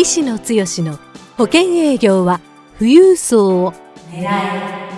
石野剛の保険営業は富裕層を狙え。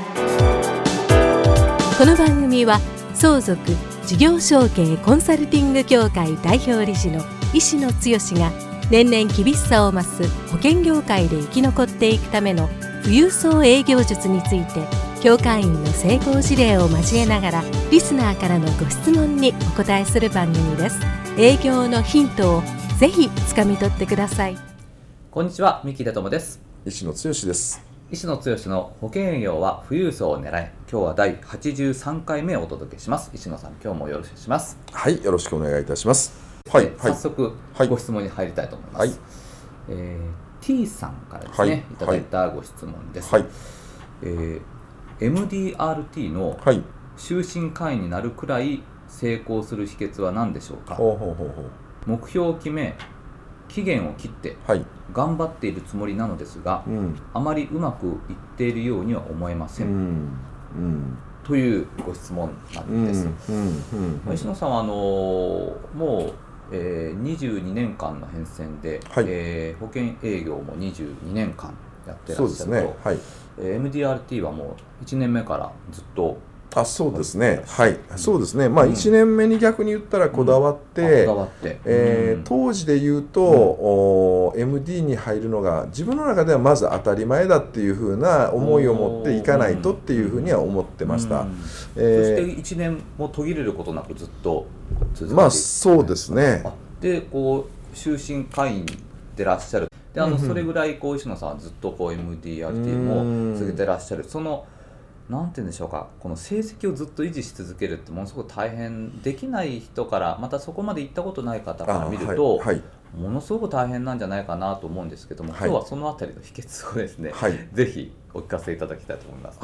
この番組は相続事業承継コンサルティング協会代表理事の石野剛が年々厳しさを増す保険業界で生き残っていくための富裕層営業術について、協会員の成功事例を交えながらリスナーからのご質問にお答えする番組です。営業のヒントをぜひつかみ取ってください。 こんにちは、三木出友です。 石野剛です。 石野剛の保険営業は富裕層を狙え。今日は第83回目をお届けします。石野さん、今日もよろしくお願いします。 はい、よろしくお願いいたします。 早速、ご質問に入りたいと思います。T さんからですね、いただいたご質問です。MDRT の終身会員になるくらい成功する秘訣は何でしょうか。目標を決め期限を切って頑張っているつもりなのですが、あまりうまくいっているようには思えません、というご質問なんです。石野さんはもう、22年間の変遷で、保険営業も22年間やってらっしゃると、MDRT はもう1年目からずっとそうですね。そうですね。1年目に逆に言ったらこだわって、当時で言うと、MD に入るのが自分の中ではまず当たり前だっていうふうな思いを持っていかないとっていうふうには思ってました。 そして1年も途切れることなくずっと続けてそうですね。 で、終身会員でらっしゃる。で、それぐらい石野さんはずっとMDRT も続けてらっしゃる。なんて言うんでしょうか、この成績をずっと維持し続けるってものすごく大変、できない人から、またそこまで行ったことない方から見ると、ものすごく大変なんじゃないかなと思うんですけども、今日はそのあたりの秘訣をですね、ぜひお聞かせいただきたいと思います。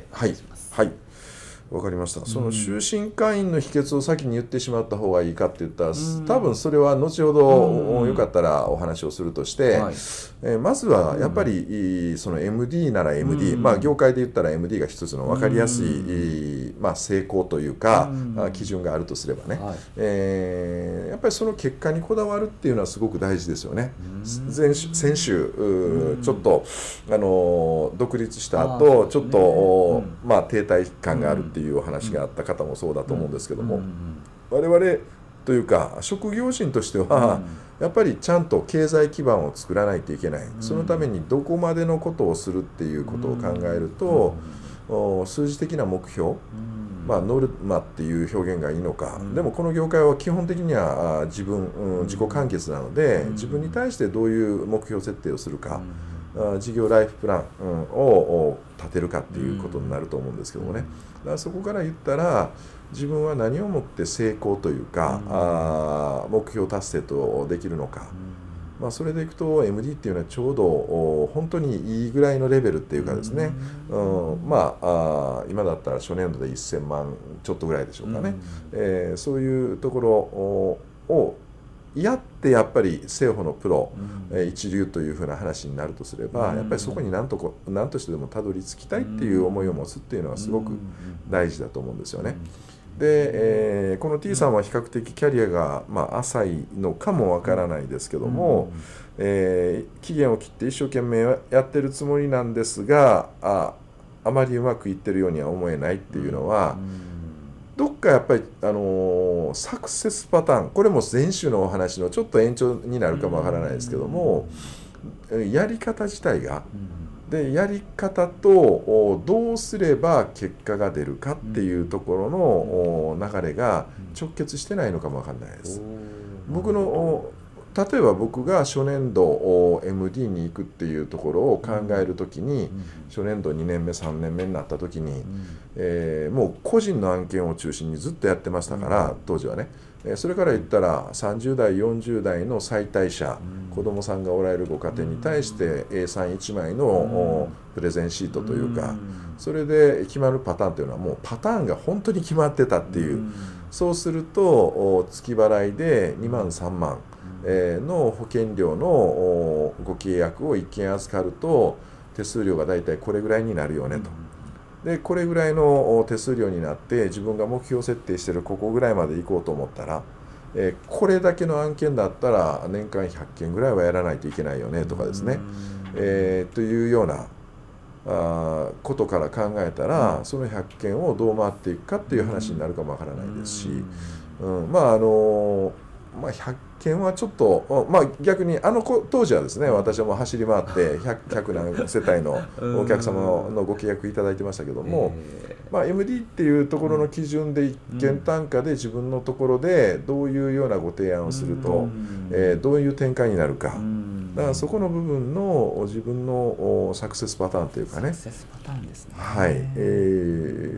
わかりました。その終身会員の秘訣を先に言ってしまった方がいいかって言ったら、多分それは後ほどよかったらお話をするとして、まずはやっぱりその MD なら MD、業界で言ったら MD が一つの分かりやすい成功というか基準があるとすればね、やっぱりその結果にこだわるっていうのはすごく大事ですよね。先週ちょっと独立した後ちょっと停滞感があるっていうお話があった方もそうだと思うんですけども、我々というか職業人としてはやっぱりちゃんと経済基盤を作らないといけない。そのためにどこまでのことをするっていうことを考えると、数字的な目標、ノルマっていう表現がいいのか、でもこの業界は基本的には自己完結なので、自分に対してどういう目標設定をするか、事業ライフプランを立てるかっていうことになると思うんですけどもね。だからそこから言ったら自分は何をもって成功というか、目標達成とできるのか、それでいくと MD っていうのはちょうど本当にいいぐらいのレベルっていうかですね、今だったら初年度で1000万ちょっとぐらいでしょうかね、そういうところをやってやっぱり生保のプロ、一流というふうな話になるとすれば、やっぱりそこに何としてでもたどり着きたいっていう思いを持つっていうのはすごく大事だと思うんですよね。で、この T さんは比較的キャリアが浅いのかもわからないですけども、期限を切って一生懸命やってるつもりなんですが、あまりうまくいってるようには思えないっていうのは、どっかやっぱり、サクセスパターン、これも前週のお話のちょっと延長になるかもわからないですけども、やり方自体が、でやり方とどうすれば結果が出るかっていうところの流れが直結してないのかもわからないです。例えば僕が初年度 MD に行くっていうところを考えるときに、初年度2年目3年目になったときに、もう個人の案件を中心にずっとやってましたから、当時はね。それから言ったら30代40代の妻帯者、子供さんがおられるご家庭に対して A31 枚のプレゼンシートというか、それで決まるパターンというのはもうパターンが本当に決まってたっていう。そうすると月払いで2万3万の保険料のご契約を1件預かると手数料がだいたいこれぐらいになるよねと。でこれぐらいの手数料になって自分が目標設定しているここぐらいまで行こうと思ったら、 これだけの案件だったら年間100件ぐらいはやらないといけないよねとかですね、というようなことから考えたら、その100件をどう回っていくかっていう話になるかもわからないですし、100件はちょっと、逆に当時はですね、私はもう走り回って100何世帯のお客様のご契約いただいてましたけども、MD っていうところの基準で一件単価で自分のところでどういうようなご提案をすると、どういう展開になるか、だからそこの部分の自分のサクセスパターンというかね、 サクセスパターンですね。 はい、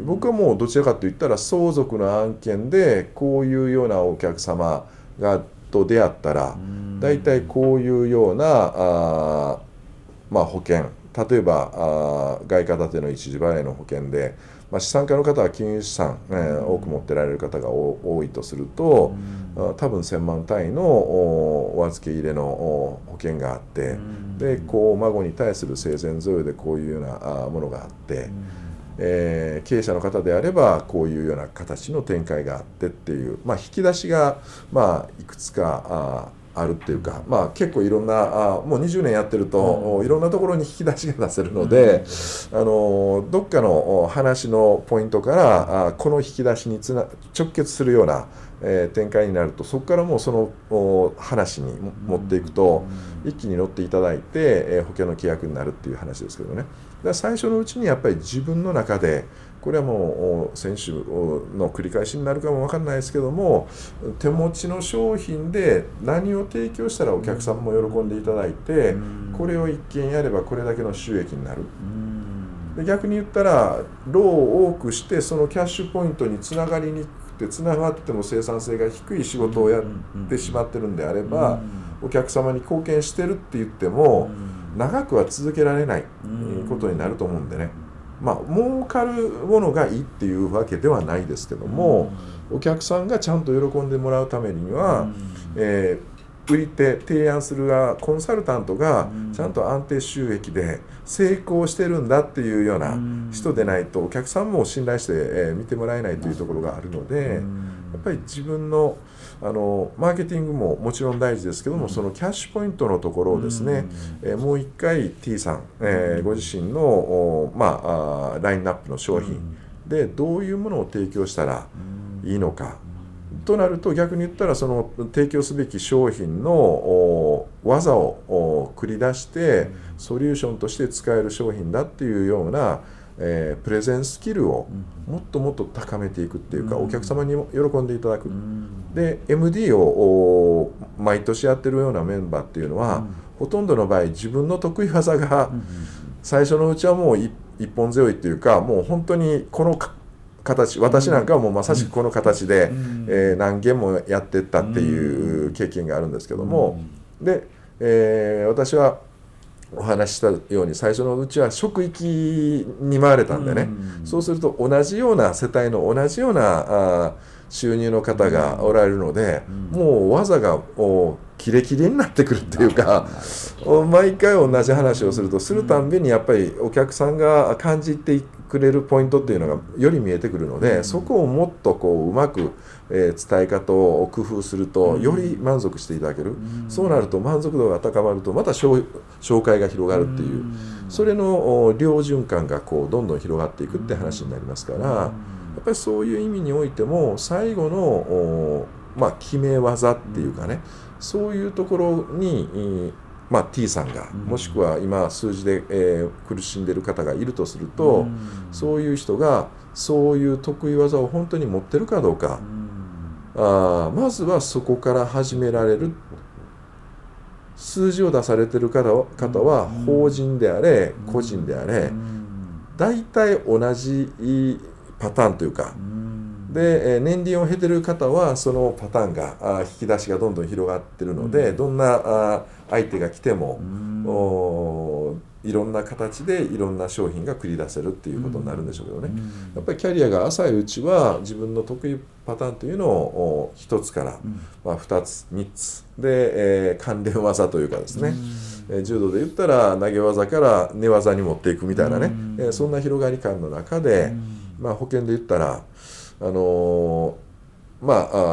僕はもうどちらかといったら相続の案件でこういうようなお客様と出会ったら大体こういうような保険、例えば外貨建ての一時払いの保険で、資産家の方は金融資産、多く持ってられる方が多いとすると、多分1000万単位のお預け入れの保険があって、で孫に対する生前贈与でこういうようなものがあって、経営者の方であればこういうような形の展開があってっていう、引き出しがいくつかあるっていうか、結構いろんなもう20年やってると、いろんなところに引き出しが出せるので、どっかの話のポイントからこの引き出しに直結するような展開になると、そこからもうその話に持っていくと一気に乗っていただいて保険の契約になるっていう話ですけどね。だから最初のうちにやっぱり自分の中で、これはもう先週の繰り返しになるかも分かんないですけども、手持ちの商品で何を提供したらお客さんも喜んでいただいて、これを一件やればこれだけの収益になる。で逆に言ったら労を多くしてそのキャッシュポイントにつながりにくくて、つながっても生産性が低い仕事をやってしまってるんであれば、お客様に貢献してるって言っても長くは続けられないことになると思うんでね。儲かるものがいいっていうわけではないですけども、お客さんがちゃんと喜んでもらうためには、売り手、提案する側、コンサルタントがちゃんと安定収益で成功してるんだっていうような人でないと、お客さんも信頼して見てもらえないというところがあるので、やっぱり自分のマーケティングももちろん大事ですけども、そのキャッシュポイントのところをですね、もう一回 T さん、ご自身の、ラインナップの商品でどういうものを提供したらいいのかとなると、逆に言ったらその提供すべき商品の技を繰り出してソリューションとして使える商品だっていうようなプレゼンスキルをもっともっと高めていくっていうか、お客様にも喜んでいただく。で MD を毎年やってるようなメンバーっていうのは、ほとんどの場合自分の得意技が最初のうちはもう一本背負いっていうか、もう本当にこの形、私なんかはもうまさしくこの形で何件もやってったっていう経験があるんですけども、で私はお話ししたように最初のうちは職域に回れたんでね、そうすると同じような世帯の同じような収入の方がおられるので、もう技がキレキレになってくるっていうか、毎回同じ話をするたんびにやっぱりお客さんが感じてくれるポイントっていうのがより見えてくるので、そこをもっとうまく伝え方を工夫するとより満足していただける。そうなると満足度が高まるとまた紹介が広がるっていう、それの良循環がどんどん広がっていくって話になりますから、やっぱりそういう意味においても最後の決め技っていうかね、そういうところにT さんが、もしくは今数字で苦しんでいる方がいるとすると、そういう人がそういう得意技を本当に持ってるかどうか、まずはそこから始められる。数字を出されている方は法人であれ個人であれ大体同じパターンというか、で年輪を経ている方はそのパターンが引き出しがどんどん広がっているので、どんな相手が来てもいろんな形でいろんな商品が繰り出せるっていうことになるんでしょうけどね。やっぱりキャリアが浅いうちは自分の得意パターンというのを1つから2つ3つで関連技というかですね、柔道で言ったら投げ技から寝技に持っていくみたいなね、そんな広がり感の中で、保険で言ったら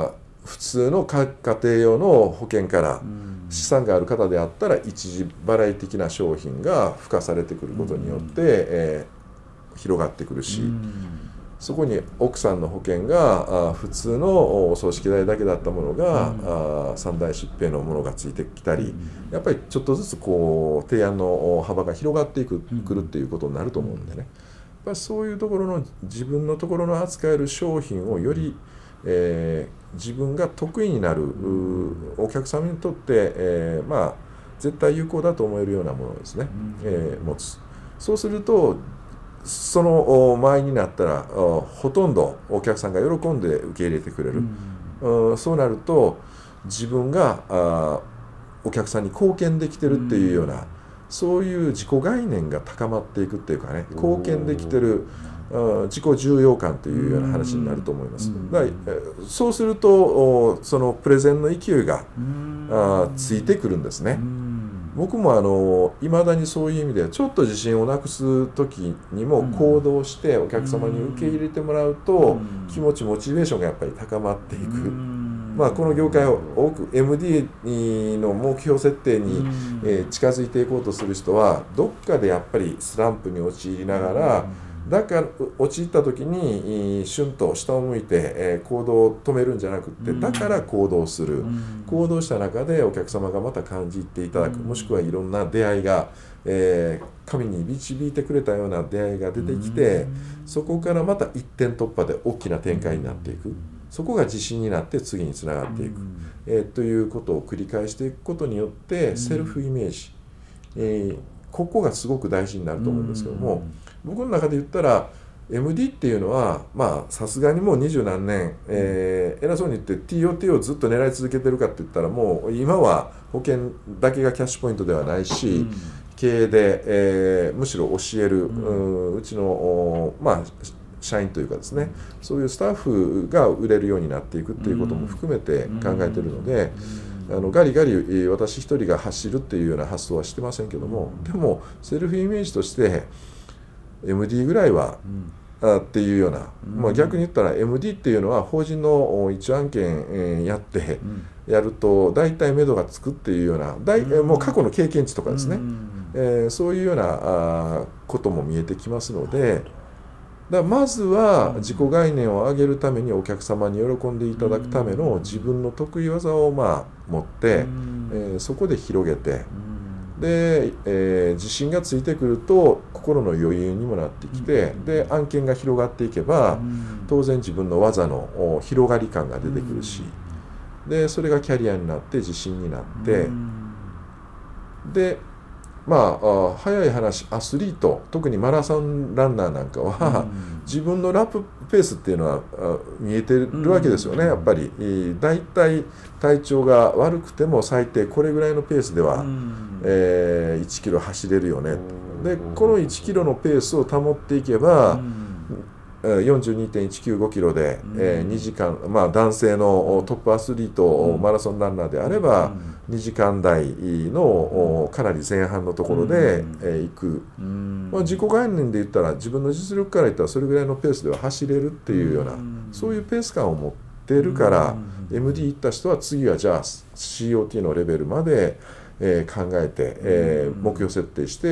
普通の家庭用の保険から資産がある方であったら一時払い的な商品が付加されてくることによって、広がってくるし、そこに奥さんの保険が普通のお葬式代だけだったものが、三大疾病のものがついてきたり、やっぱりちょっとずつこう提案の幅が広がってくるっていうことになると思うんでね、やっぱりそういうところの自分のところの扱える商品をより、自分が得意になるお客様にとって、絶対有効だと思えるようなものをですね、持つ。そうするとその前になったらほとんどお客さんが喜んで受け入れてくれる、そうなると自分がお客さんに貢献できてるっていうような、そういう自己概念が高まっていくっていうかね、貢献できてる自己重要感というような話になると思います。そうするとそのプレゼンの勢いがついてくるんですね。僕もいまだにそういう意味でちょっと自信をなくす時にも行動してお客様に受け入れてもらうと気持ちモチベーションがやっぱり高まっていく。この業界を多く MD の目標設定に近づいていこうとする人はどっかでやっぱりスランプに陥りながら、だから陥った時にシュンと下を向いて行動を止めるんじゃなくて、だから行動する、行動した中でお客様がまた感じていただく、もしくはいろんな出会いが神に導いてくれたような出会いが出てきて、そこからまた一点突破で大きな展開になっていく、そこが自信になって次につながっていく、ということを繰り返していくことによってセルフイメージ、ここがすごく大事になると思うんですけども、僕の中で言ったら MD っていうのはさすがにもう20何年、偉そうに言って TOT をずっと狙い続けてるかって言ったら、もう今は保険だけがキャッシュポイントではないし、経営で、むしろ教える、うちの社員というかですね、そういうスタッフが売れるようになっていくっていうことも含めて考えてるので、ガリガリ私一人が走るっていうような発想はしてませんけども、でもセルフイメージとしてMD ぐらいは、っていうような、逆に言ったら MD っていうのは法人の一案件、やってやると大体目処がつくっていうような、もう過去の経験値とかですね、そういうようなことも見えてきますので、だからまずは自己概念を上げるためにお客様に喜んでいただくための自分の得意技を持って、そこで広げて、で、自信がついてくると心の余裕にもなってきて、で案件が広がっていけば当然自分の技の広がり感が出てくるし、でそれがキャリアになって自信になって、で早い話、アスリート、特にマラソンランナーなんかは、自分のラップペースっていうのは見えてるわけですよね。やっぱりだいたい体調が悪くても最低これぐらいのペースでは、1キロ走れるよね。でこの1キロのペースを保っていけば、42.195 キロで、2時間、男性のトップアスリート、マラソンランナーであれば、2時間台のかなり前半のところで、行く、自己概念で言ったら自分の実力から言ったらそれぐらいのペースでは走れるっていうような、そういうペース感を持っているから、MD 行った人は次はじゃあ COT のレベルまで考えて、目標設定して、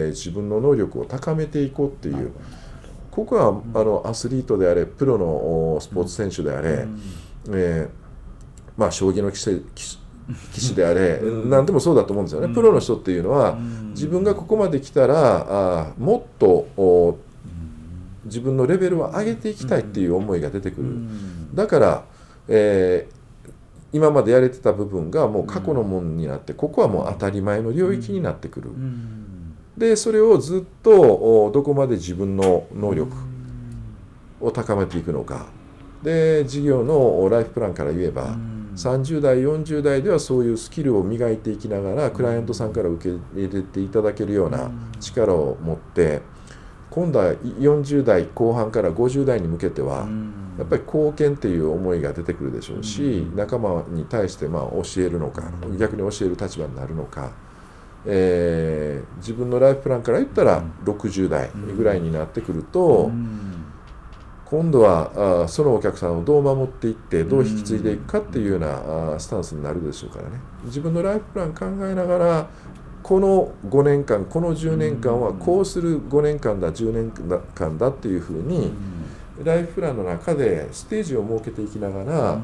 自分の能力を高めていこうっていう、ここはアスリートであれ、プロのスポーツ選手であれ、将棋の棋士であれ、何でもそうだと思うんですよね。プロの人っていうのは自分がここまで来たらもっと自分のレベルを上げていきたいっていう思いが出てくる。だから、今までやれてた部分がもう過去のものになって、ここはもう当たり前の領域になってくる。でそれをずっとどこまで自分の能力を高めていくのか。で事業のライフプランから言えば、30代40代ではそういうスキルを磨いていきながらクライアントさんから受け入れていただけるような力を持って、今度は40代後半から50代に向けてはやっぱり貢献っていう思いが出てくるでしょうし、仲間に対して教えるのか、逆に教える立場になるのか、自分のライフプランから言ったら60代ぐらいになってくると、 今度はそのお客さんをどう守っていってどう引き継いでいくかっていうようなスタンスになるでしょうからね。自分のライフプラン考えながらこの5年間この10年間はこうする5年間だ10年間だっていうふうにライフプランの中でステージを設けていきながら、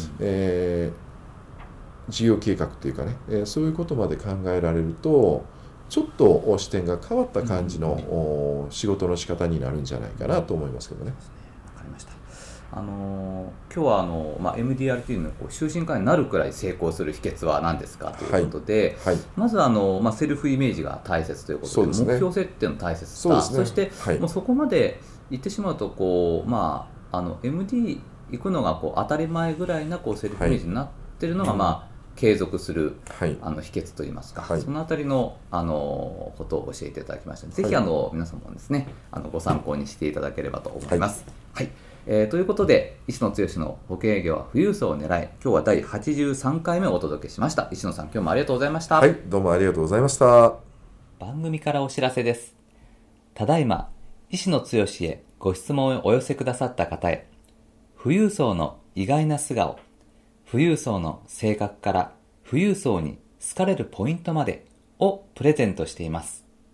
事業計画というかね、そういうことまで考えられるとちょっと視点が変わった感じの仕事の仕方になるんじゃないかなと思いますけどね。 わかりました。今日はMDRT の終身会員になるくらい成功する秘訣は何ですかということで、はいはい、まずセルフイメージが大切ということで、目標設定の大切さ、そして、もうそこまで言ってしまうとMD 行くのが当たり前ぐらいなセルフイメージになっているのが、継続する、秘訣といいますか、そのあたりの、ことを教えていただきましたので、ぜひ皆様もですねご参考にしていただければと思います。ということで、石野剛の保険営業は富裕層を狙い、今日は第83回目をお届けしました。石野さん、今日もありがとうございました。 はい、どうもありがとうございました。 番組からお知らせです。ただいま石野剛へご質問をお寄せくださった方へ、富裕層の意外な素顔、富裕層の性格から富裕層に好かれるポイントまでをプレゼントしています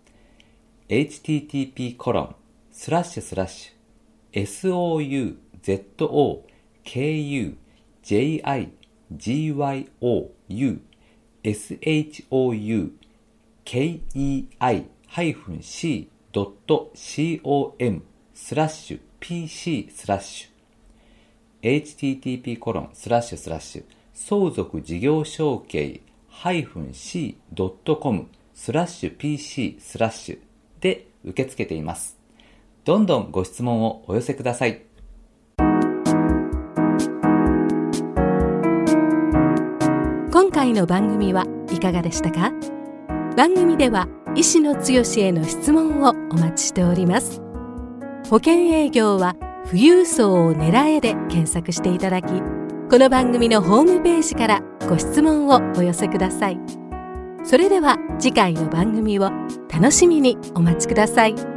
。http://souzokugyoukei.jimou.kei-kei-c.com/pc/ 相続事業承継-c.com/pc/ で受け付けています。どんどんご質問をお寄せください。 今回の番組はいかがでしたか？番組では石野剛への質問をお待ちしております。保険営業は富裕層を狙えで検索していただき、この番組のホームページからご質問をお寄せください。それでは次回の番組を楽しみにお待ちください。